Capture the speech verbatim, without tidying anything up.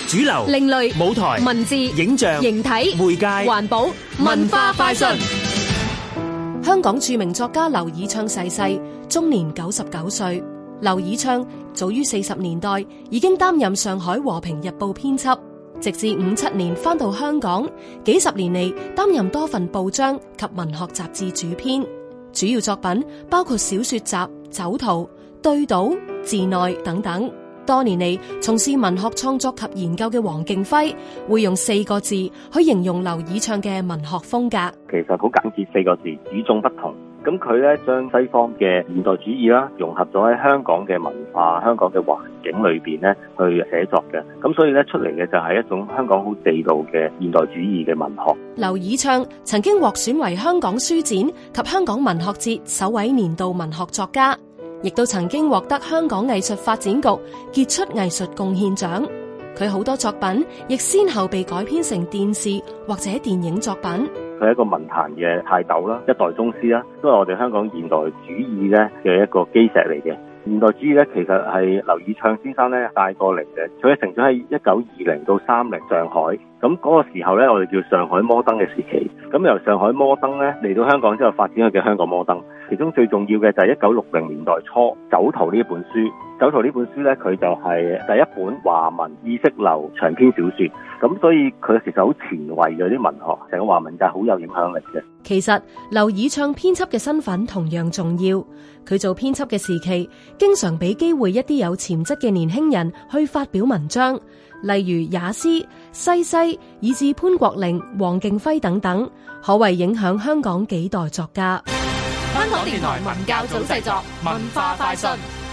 主流、 另類、 舞台、 文字、 影像、 形體、 媒介、 環保、文化快訊。 香港著名作家劉以鬯逝世，終年九十九歲。劉以鬯早於四十年代已經擔任上海和平日報編輯，直至五七年返到香港，幾十年嚟擔任多份報章及文學雜誌主編。主要作品包括小說集《酒徒》、對倒、自內等等。多年嚟從事文學創作及研究嘅黃敬輝會用四個字去形容劉以鬯嘅文學風格。 其實好簡潔，四個字：與眾不同。咁佢咧將西方嘅現代主義啦融合咗喺香港嘅文化、香港嘅環境裏邊咧去寫作嘅。咁所以咧出嚟嘅就係一種香港好地道嘅現代主義嘅文學。 劉以鬯曾經獲選為香港書展及香港文學節首位年度文學作家，亦都曾經獲得香港藝術發展局傑出藝術貢獻獎。佢好多作品亦先後被改編成電視或者電影作品。 佢係一個文壇嘅泰斗啦，一代宗師啦，都係我哋香港現代主義咧嘅一個基石嚟嘅。現代主義咧，其實係劉以鬯先生咧帶過嚟嘅。佢成咗喺一九二零到三零上海，咁嗰個時候咧，我哋叫上海摩登嘅時期。咁由上海摩登咧嚟到香港之後，發展佢嘅香港摩登。其中最重要嘅就係一九六零年代初《酒徒》呢一本書，《酒徒》呢本書咧，佢就係第一本華文意識流長篇小說。咁所以佢其實好前衛嘅啲文學，成個華文界好有影響力嘅。 其實劉以鬯編輯嘅身份同樣重要。佢做編輯嘅時期，經常俾機會一啲有潛質嘅年輕人去發表文章，例如也斯、西西，以至潘國靈、黃敬輝等等，可謂影響香港幾代作家。 香港電台文教組製作，文化快訊。